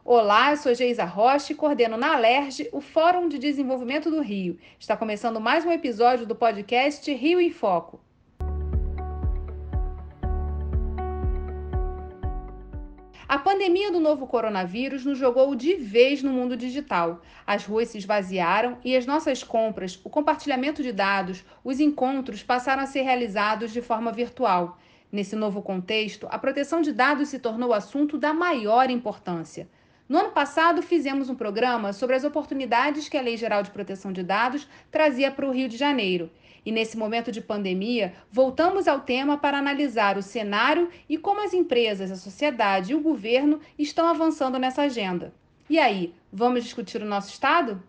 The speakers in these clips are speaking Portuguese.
Olá, eu sou Geisa Rocha e coordeno na Alerj o Fórum de Desenvolvimento do Rio. Está começando mais um episódio do podcast Rio em Foco. A pandemia do novo coronavírus nos jogou de vez no mundo digital. As ruas se esvaziaram e as nossas compras, o compartilhamento de dados, os encontros passaram a ser realizados de forma virtual. Nesse novo contexto, a proteção de dados se tornou assunto da maior importância. No ano passado, fizemos um programa sobre as oportunidades que a Lei Geral de Proteção de Dados trazia para o Rio de Janeiro. E nesse momento de pandemia, voltamos ao tema para analisar o cenário e como as empresas, a sociedade e o governo estão avançando nessa agenda. E aí, vamos discutir o nosso estado?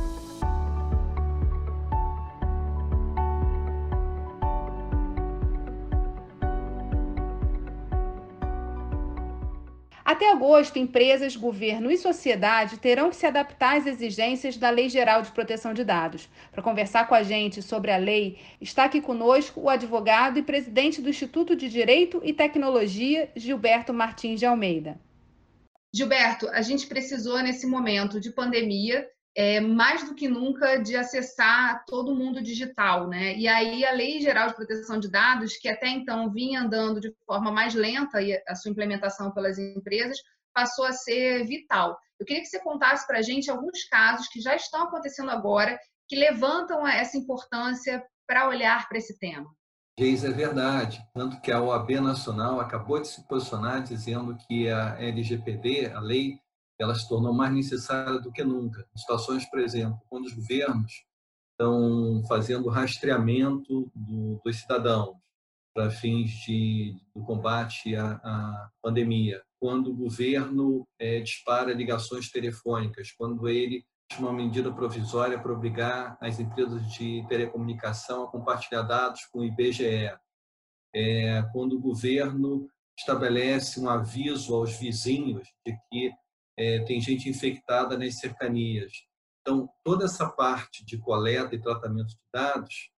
Até agosto, empresas, governo e sociedade terão que se adaptar às exigências da Lei Geral de Proteção de Dados. Para conversar com a gente sobre a lei, está aqui conosco o advogado e presidente do Instituto de Direito e Tecnologia, Gilberto Martins de Almeida. Gilberto, a gente precisou, nesse momento de pandemia, mais do que nunca, de acessar todo o mundo digital, né? E aí a Lei Geral de Proteção de Dados, que até então vinha andando de forma mais lenta e a sua implementação pelas empresas, passou a ser vital. Eu queria que você contasse para a gente alguns casos que já estão acontecendo agora, que levantam essa importância para olhar para esse tema. Geis, é verdade, tanto que a OAB Nacional acabou de se posicionar dizendo que a LGPD, a lei, ela se tornou mais necessária do que nunca. Em situações, por exemplo, quando os governos estão fazendo rastreamento dos cidadãos para fins do combate à pandemia, quando o governo dispara ligações telefônicas, quando ele uma medida provisória para obrigar as empresas de telecomunicação a compartilhar dados com o IBGE, quando o governo estabelece um aviso aos vizinhos de que tem gente infectada nas cercanias. Então, toda essa parte de coleta e tratamento de dados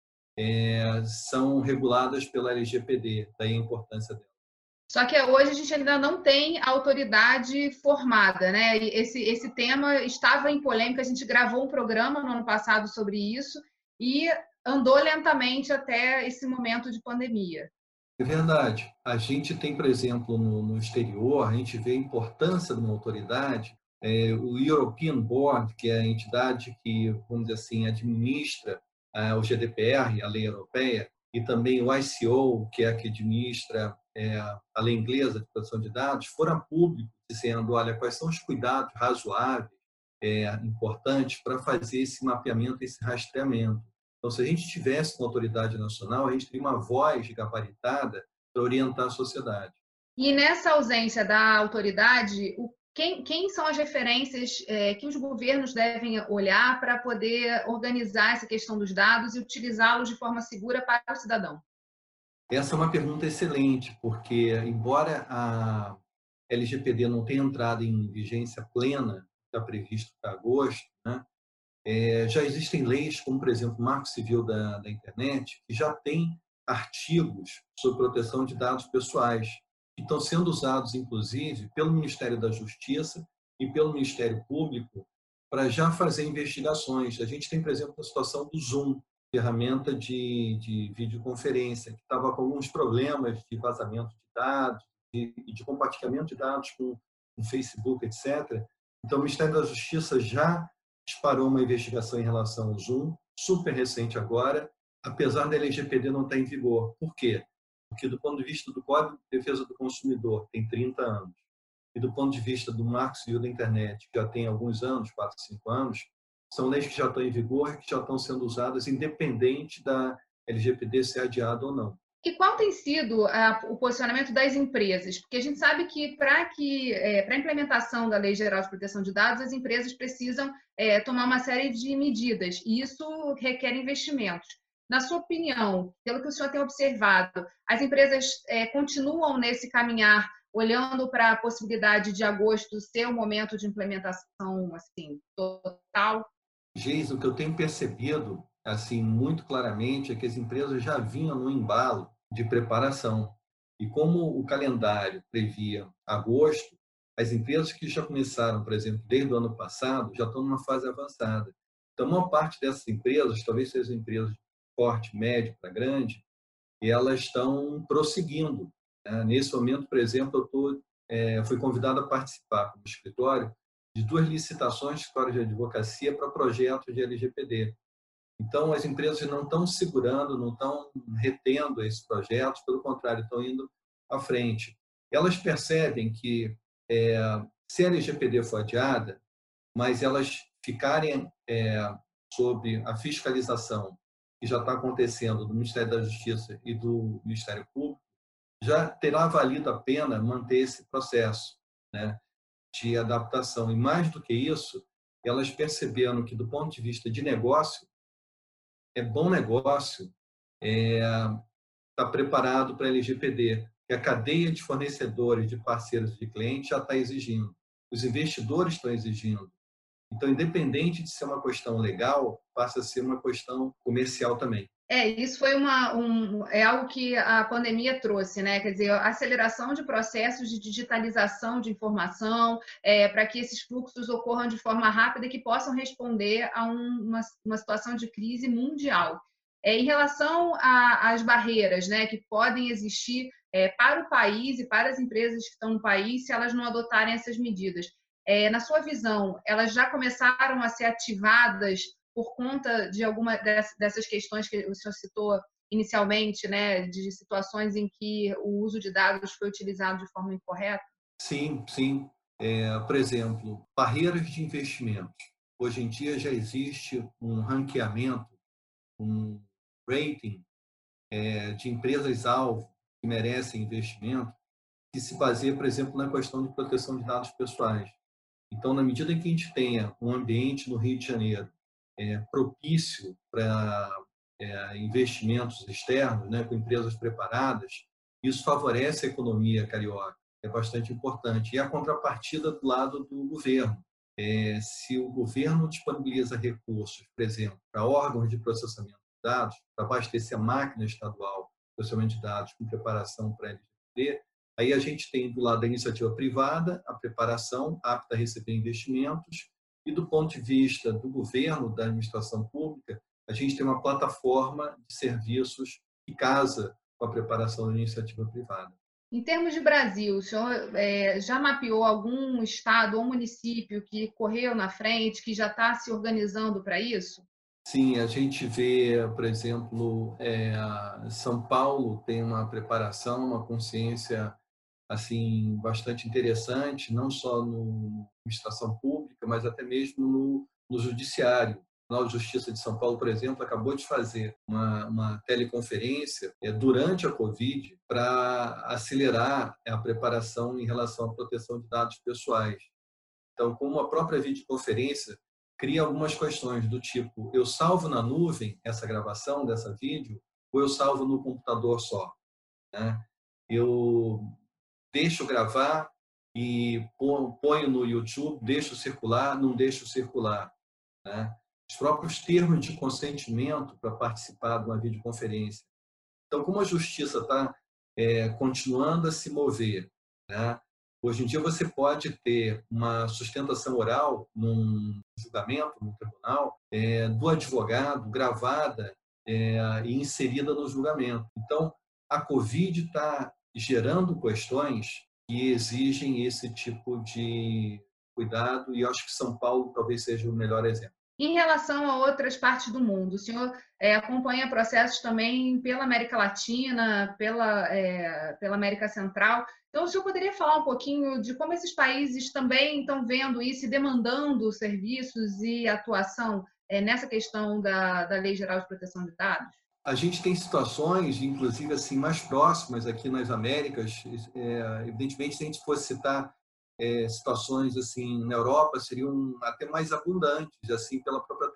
são reguladas pela LGPD, daí a importância dela. Só que hoje a gente ainda não tem autoridade formada, né? Esse tema estava em polêmica, a gente gravou um programa no ano passado sobre isso e andou lentamente até esse momento de pandemia. É verdade. A gente tem, por exemplo, no exterior, a gente vê a importância de uma autoridade, o European Board, que é a entidade que, vamos dizer assim, administra o GDPR, a lei europeia, e também o ICO, que é a que administra a lei inglesa de proteção de dados, foram públicos dizendo, olha, quais são os cuidados razoáveis, importantes para fazer esse mapeamento, esse rastreamento. Então, se a gente tivesse uma autoridade nacional, a gente teria uma voz gabaritada para orientar a sociedade. E nessa ausência da autoridade, quem são as referências que os governos devem olhar para poder organizar essa questão dos dados e utilizá-los de forma segura para o cidadão? Essa é uma pergunta excelente, porque, embora a LGPD não tenha entrado em vigência plena, está previsto para agosto, né? Já existem leis, como, por exemplo, o Marco Civil da Internet, que já tem artigos sobre proteção de dados pessoais, que estão sendo usados, inclusive, pelo Ministério da Justiça e pelo Ministério Público para já fazer investigações. A gente tem, por exemplo, a situação do Zoom, ferramenta de videoconferência, que estava com alguns problemas de vazamento de dados, de compartilhamento de dados com o Facebook, etc. Então, o Ministério da Justiça já disparou uma investigação em relação ao Zoom, super recente agora, apesar da LGPD não estar em vigor. Por quê? Porque, do ponto de vista do Código de Defesa do Consumidor, tem 30 anos, e do ponto de vista do Marco Civil da Internet, que já tem alguns anos, 4, 5 anos, são leis que já estão em vigor e que já estão sendo usadas, independente da LGPD ser adiada ou não. E qual tem sido o posicionamento das empresas? Porque a gente sabe que para a implementação da Lei Geral de Proteção de Dados, as empresas precisam tomar uma série de medidas, e isso requer investimentos. Na sua opinião, pelo que o senhor tem observado, as empresas continuam nesse caminhar, olhando para a possibilidade de agosto ser o momento de implementação assim, total? Geis, o que eu tenho percebido assim muito claramente é que as empresas já vinham no embalo de preparação. E como o calendário previa agosto, As empresas que já começaram, por exemplo, desde o ano passado, já estão numa fase avançada. Então, uma parte dessas empresas, talvez sejam empresas de porte médio para grande, e elas estão prosseguindo, né? Nesse momento, por exemplo, fui convidado a participar como escritório de 2 licitações de escritório de advocacia para projetos de LGPD. Então, as empresas não estão segurando, não estão retendo esses projetos, pelo contrário, estão indo à frente. Elas percebem que, se a LGPD for adiada, mas elas ficarem sob a fiscalização que já está acontecendo do Ministério da Justiça e do Ministério Público, já terá valido a pena manter esse processo, né, de adaptação. E mais do que isso, elas perceberam que, do ponto de vista de negócio, é bom negócio estar preparado para a LGPD, que a cadeia de fornecedores, de parceiros de clientes já está exigindo. Os investidores estão exigindo. Então, independente de ser uma questão legal, passa a ser uma questão comercial também. Isso foi é algo que a pandemia trouxe, né? Quer dizer, a aceleração de processos de digitalização de informação, para que esses fluxos ocorram de forma rápida e que possam responder a uma situação de crise mundial. Em relação às barreiras, né, que podem existir para o país e para as empresas que estão no país, se elas não adotarem essas medidas. Na sua visão, elas já começaram a ser ativadas por conta de alguma dessas questões que o senhor citou inicialmente, né, de situações em que o uso de dados foi utilizado de forma incorreta? Sim, sim. Por exemplo, barreiras de investimento. Hoje em dia já existe um ranqueamento, um rating de empresas-alvo que merecem investimento, que se baseia, por exemplo, na questão de proteção de dados pessoais. Então, na medida em que a gente tenha um ambiente no Rio de Janeiro propício para investimentos externos, né, com empresas preparadas, isso favorece a economia carioca, é bastante importante. E a contrapartida do lado do governo. Se o governo disponibiliza recursos, por exemplo, para órgãos de processamento de dados, para abastecer a máquina estadual de processamento de dados com preparação para a LGPD, aí a gente tem do lado da iniciativa privada a preparação apta a receber investimentos e do ponto de vista do governo, da administração pública, a gente tem uma plataforma de serviços que casa com a preparação da iniciativa privada. Em termos de Brasil, o senhor já mapeou algum estado ou município que correu na frente, que já está se organizando para isso? Sim, a gente vê, por exemplo, São Paulo tem uma preparação, uma consciência assim bastante interessante, não só na administração pública, mas até mesmo no judiciário. O Tribunal de Justiça de São Paulo, por exemplo, acabou de fazer uma teleconferência durante a Covid para acelerar a preparação em relação à proteção de dados pessoais. Então, como a própria videoconferência cria algumas questões do tipo, eu salvo na nuvem essa gravação dessa vídeo ou eu salvo no computador só, né? Eu deixo gravar e ponho no YouTube, deixo circular, não deixo circular, né? Os próprios termos de consentimento para participar de uma videoconferência. Então, como a justiça está continuando a se mover, né? Hoje em dia você pode ter uma sustentação oral num julgamento, num tribunal, do advogado gravada e inserida no julgamento. Então, a Covid está gerando questões que exigem esse tipo de cuidado e eu acho que São Paulo talvez seja o melhor exemplo. Em relação a outras partes do mundo, o senhor acompanha processos também pela América Latina, pela América Central. Então, o senhor poderia falar um pouquinho de como esses países também estão vendo isso e demandando serviços e atuação nessa questão da Lei Geral de Proteção de Dados? A gente tem situações, inclusive assim, mais próximas aqui nas Américas. Evidentemente, se a gente fosse citar situações assim na Europa seriam até mais abundantes, assim pela própria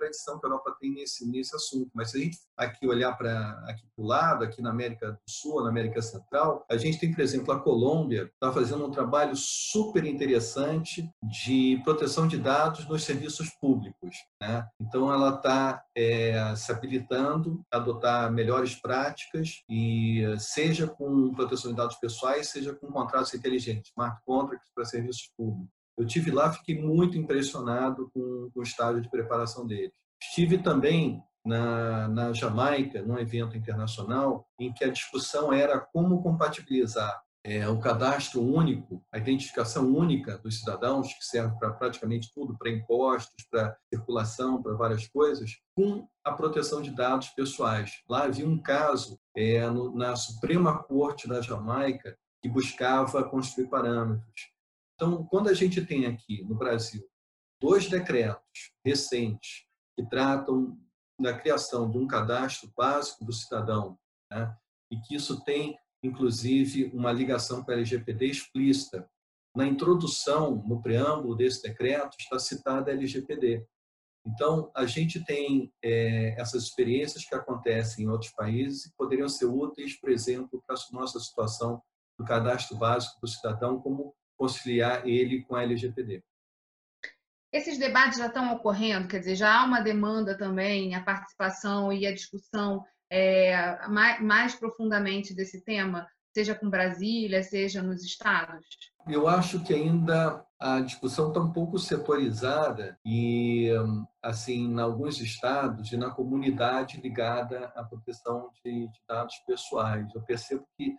tradição que a Europa tem nesse assunto. Mas se a gente aqui olhar para aqui para o lado, aqui na América do Sul, na América Central, a gente tem, por exemplo, a Colômbia está fazendo um trabalho super interessante de proteção de dados nos serviços públicos, né? Então, ela está se habilitando a adotar melhores práticas e seja com proteção de dados pessoais, seja com contratos inteligentes, smart contracts para serviços públicos. Eu tive lá, fiquei muito impressionado com o estágio de preparação deles. Estive também na Jamaica, num evento internacional, em que a discussão era como compatibilizar o cadastro único, a identificação única dos cidadãos, que serve para praticamente tudo, para impostos, para circulação, para várias coisas, com a proteção de dados pessoais. Lá havia um caso na Suprema Corte da Jamaica que buscava construir parâmetros. Então, quando a gente tem aqui no Brasil 2 decretos recentes que tratam da criação de um cadastro básico do cidadão, né, e que isso tem, inclusive, uma ligação com a LGPD explícita. Na introdução, no preâmbulo desse decreto, está citada a LGPD. Então, a gente tem essas experiências que acontecem em outros países e poderiam ser úteis, por exemplo, para a nossa situação do cadastro básico do cidadão, como conciliar ele com a LGPD. Esses debates já estão ocorrendo, quer dizer, já há uma demanda também, a participação e a discussão mais profundamente desse tema, seja com Brasília, seja nos estados? Eu acho que ainda a discussão está um pouco setorizada e, assim, em alguns estados e na comunidade ligada à proteção de dados pessoais. Eu percebo que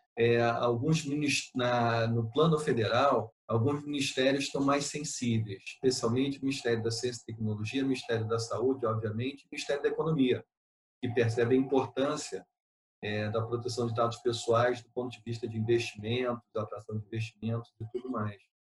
no plano federal, alguns ministérios estão mais sensíveis, especialmente o Ministério da Ciência e Tecnologia, o Ministério da Saúde, obviamente, e o Ministério da Economia, que percebe a importância da proteção de dados pessoais do ponto de vista de investimentos, da atração de investimentos e tudo mais.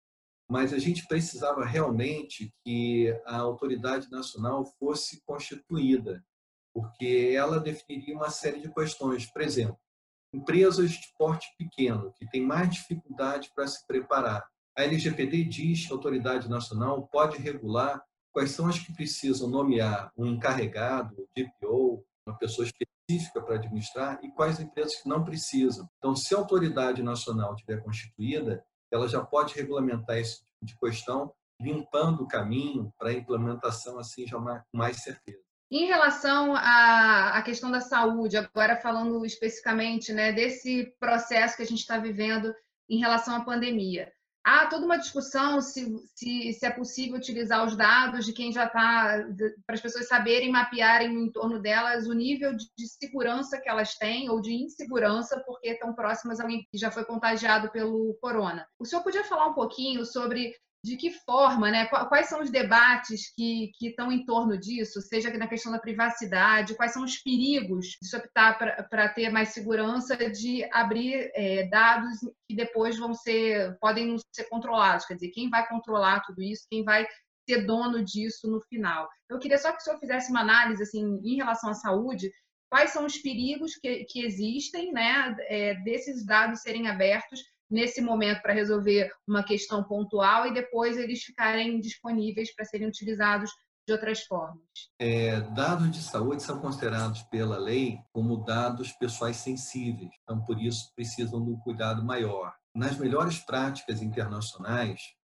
Mas a gente precisava realmente que a autoridade nacional fosse constituída, porque ela definiria uma série de questões. Por exemplo, empresas de porte pequeno, que têm mais dificuldade para se preparar. A LGPD diz que a autoridade nacional pode regular quais são as que precisam nomear um encarregado, DPO, uma pessoa específica para administrar, e quais empresas que não precisam. Então, se a autoridade nacional estiver constituída, ela já pode regulamentar esse tipo de questão, limpando o caminho para a implementação assim já com mais certeza. Em relação à questão da saúde, agora falando especificamente, né, desse processo que a gente está vivendo em relação à pandemia, há toda uma discussão se é possível utilizar os dados de quem já está, para as pessoas saberem, mapearem no entorno delas o nível de segurança que elas têm ou de insegurança porque estão próximas a alguém que já foi contagiado pelo corona. O senhor podia falar um pouquinho sobre de que forma, né? Quais são os debates que estão em torno disso, seja na questão da privacidade, quais são os perigos de se optar para ter mais segurança de abrir dados que depois podem não ser controlados, quer dizer, quem vai controlar tudo isso, quem vai ser dono disso no final. Eu queria só que o senhor fizesse uma análise assim, em relação à saúde, quais são os perigos que existem, né, desses dados serem abertos nesse momento para resolver uma questão pontual e depois eles ficarem disponíveis para serem utilizados de outras formas. Dados de saúde são considerados pela lei como dados pessoais sensíveis, então por isso precisam de um cuidado maior. Nas melhores práticas internacionais,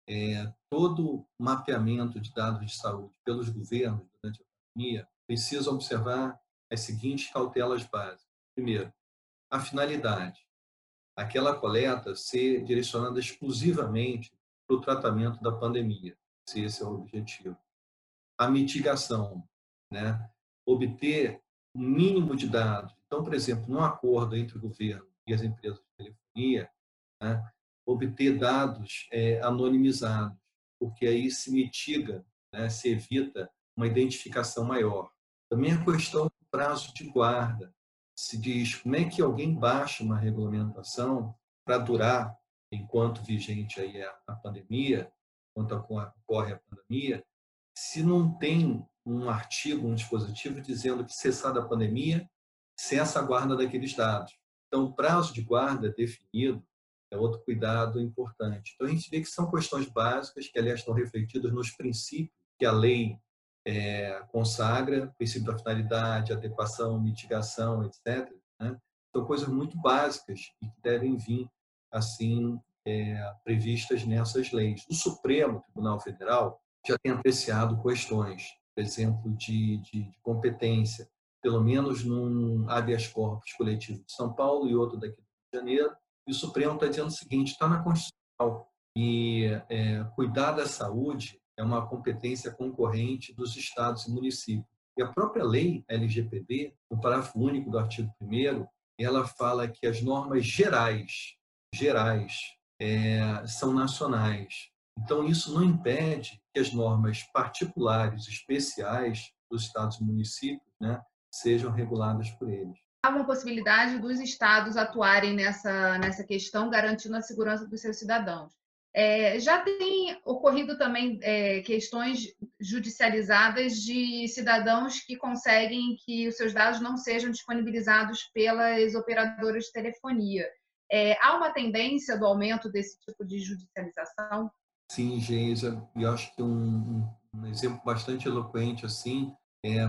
todo mapeamento de dados de saúde pelos governos durante a pandemia precisa observar as seguintes cautelas básicas. Primeiro, a finalidade. Aquela coleta ser direcionada exclusivamente para o tratamento da pandemia, se esse é o objetivo. A mitigação, né? Obter um mínimo de dados. Então, por exemplo, num acordo entre o governo e as empresas de telefonia, né? Obter dados anonimizados, porque aí se mitiga, né? Se evita uma identificação maior. Também a questão do prazo de guarda. Se diz como é que alguém baixa uma regulamentação para durar enquanto vigente aí a pandemia, enquanto ocorre a pandemia, se não tem um artigo, um dispositivo dizendo que cessada a pandemia, cessa a guarda daqueles dados. Então, o prazo de guarda definido é outro cuidado importante. Então, a gente vê que são questões básicas que, aliás, estão refletidas nos princípios que a lei consagra o princípio da finalidade, adequação, mitigação, etc., né? São coisas muito básicas e que devem vir assim previstas nessas leis. O Supremo Tribunal Federal já tem apreciado questões, por exemplo, de competência, pelo menos num habeas corpus coletivo de São Paulo e outro daqui do Rio de Janeiro, e o Supremo está dizendo o seguinte: está na Constituição, e cuidar da saúde é uma competência concorrente dos estados e municípios. E a própria lei LGPD, no parágrafo único do artigo 1º, ela fala que as normas gerais são nacionais. Então, isso não impede que as normas particulares, especiais dos estados e municípios, né, sejam reguladas por eles. Há uma possibilidade dos estados atuarem nessa questão, garantindo a segurança dos seus cidadãos. Já tem ocorrido também questões judicializadas de cidadãos que conseguem que os seus dados não sejam disponibilizados pelas operadoras de telefonia. Há uma tendência do aumento desse tipo de judicialização? Sim, Geisa, e acho que um exemplo bastante eloquente assim é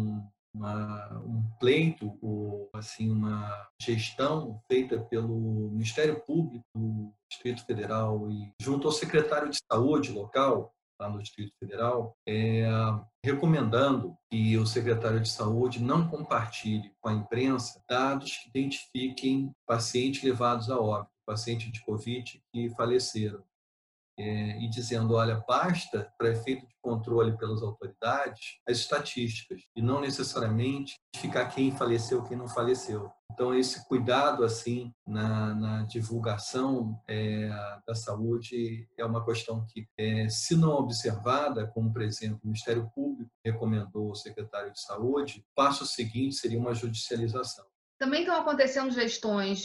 um pleito ou assim uma gestão feita pelo Ministério Público do Distrito Federal e junto ao secretário de Saúde local lá no Distrito Federal, recomendando que o secretário de Saúde não compartilhe com a imprensa dados que identifiquem pacientes levados a óbito, pacientes de Covid que faleceram. E dizendo, olha, basta, para efeito de controle pelas autoridades, as estatísticas, e não necessariamente identificar quem faleceu, quem não faleceu. Então, esse cuidado assim na divulgação da saúde é uma questão que, se não observada, como, por exemplo, o Ministério Público recomendou ao secretário de Saúde, o passo seguinte seria uma judicialização. Também estão acontecendo gestões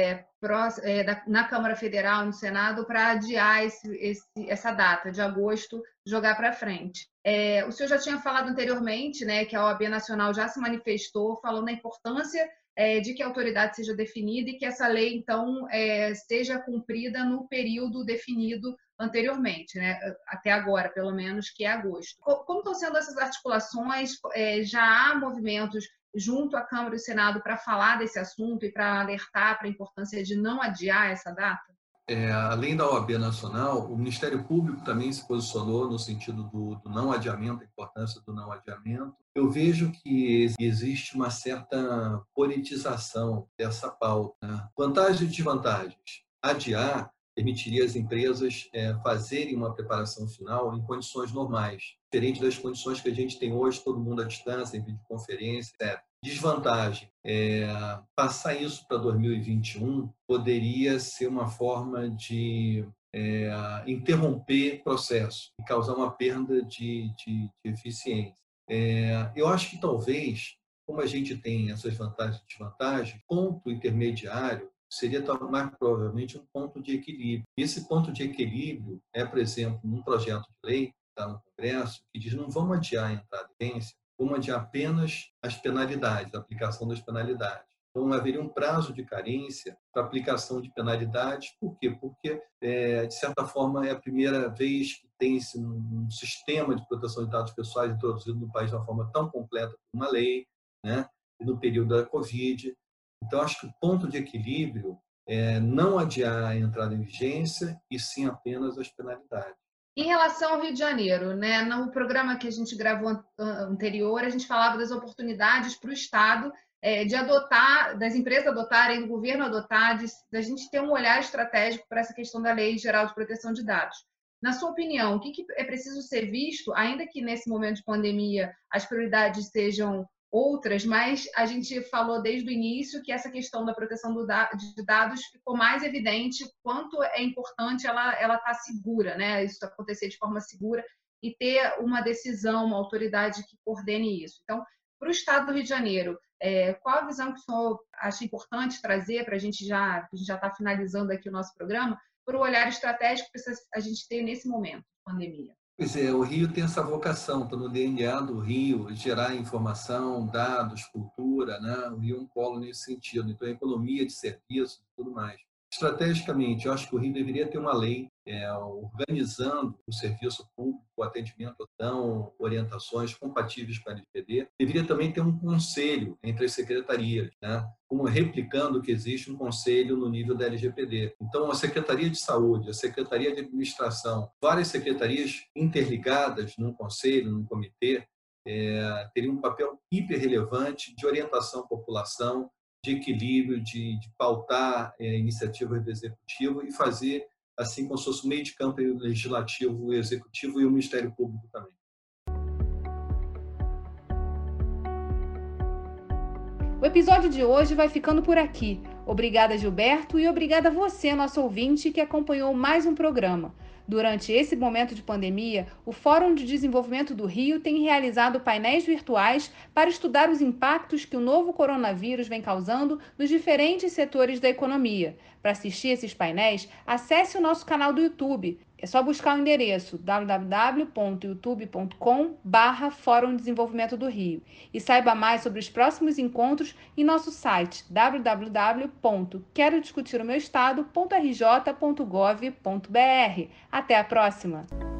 na Câmara Federal, no Senado, para adiar essa data de agosto, jogar para frente. O senhor já tinha falado anteriormente, né, que a OAB Nacional já se manifestou falando da importância de que a autoridade seja definida e que essa lei, então, seja cumprida no período definido anteriormente, né? Até agora, pelo menos, que é agosto. Como estão sendo essas articulações? Já há movimentos junto à Câmara e ao Senado para falar desse assunto e para alertar para a importância de não adiar essa data? Além da OAB Nacional, o Ministério Público também se posicionou no sentido do não adiamento, a importância do não adiamento. Eu vejo que existe uma certa politização dessa pauta, né? Vantagens e desvantagens. Adiar permitiria às empresas fazerem uma preparação final em condições normais, diferente das condições que a gente tem hoje, todo mundo à distância, em videoconferência, etc. Desvantagem, passar isso para 2021 poderia ser uma forma de interromper o processo e causar uma perda de eficiência. Eu acho que talvez, como a gente tem essas vantagens e desvantagens, ponto intermediário seria mais provavelmente um ponto de equilíbrio. E esse ponto de equilíbrio por exemplo, num projeto de lei que está no Congresso, que diz não vamos adiar a entrada em vigência, vamos adiar apenas as penalidades, a aplicação das penalidades. Então, haveria um prazo de carência para aplicação de penalidades. Por quê? Porque, de certa forma, é a primeira vez que tem um sistema de proteção de dados pessoais introduzido no país de uma forma tão completa por uma lei, né? E no período da Covid. Então, acho que o ponto de equilíbrio é não adiar a entrada em vigência e sim apenas as penalidades. Em relação ao Rio de Janeiro, né, no programa que a gente gravou anterior, a gente falava das oportunidades para o Estado de adotar, das empresas adotarem, do governo adotar, da gente ter um olhar estratégico para essa questão da Lei Geral de Proteção de Dados. Na sua opinião, o que é preciso ser visto, ainda que nesse momento de pandemia as prioridades sejam outras, mas a gente falou desde o início que essa questão da proteção de dados ficou mais evidente quanto é importante ela estar segura, né? Isso acontecer de forma segura e ter uma decisão, uma autoridade que coordene isso. Então, para o Estado do Rio de Janeiro, qual a visão que o senhor acha importante trazer para a gente já está finalizando aqui o nosso programa, para o olhar estratégico que a gente tem nesse momento de pandemia? Pois é, o Rio tem essa vocação, está no DNA do Rio, gerar informação, dados, cultura, né? O Rio é um polo nesse sentido. Então, a economia de serviços e tudo mais. Estrategicamente, eu acho que o Rio deveria ter uma lei organizando o serviço público, o atendimento, dão orientações compatíveis para a LGPD. Deveria também ter um conselho entre as secretarias, né? Como replicando que existe um conselho no nível da LGPD. Então, a Secretaria de Saúde, a Secretaria de Administração, várias secretarias interligadas num conselho, num comitê, teriam um papel hiper relevante de orientação à população, de equilíbrio, de pautar iniciativas do Executivo e fazer assim como se fosse o meio de campo legislativo, executivo e o Ministério Público também. O episódio de hoje vai ficando por aqui. Obrigada, Gilberto, e obrigada a você, nosso ouvinte, que acompanhou mais um programa. Durante esse momento de pandemia, o Fórum de Desenvolvimento do Rio tem realizado painéis virtuais para estudar os impactos que o novo coronavírus vem causando nos diferentes setores da economia. Para assistir esses painéis, acesse o nosso canal do YouTube. É só buscar o endereço www.youtube.com/Fórum Desenvolvimento do Rio e saiba mais sobre os próximos encontros em nosso site www.querodiscutiromeuestado.rj.gov.br. Até a próxima!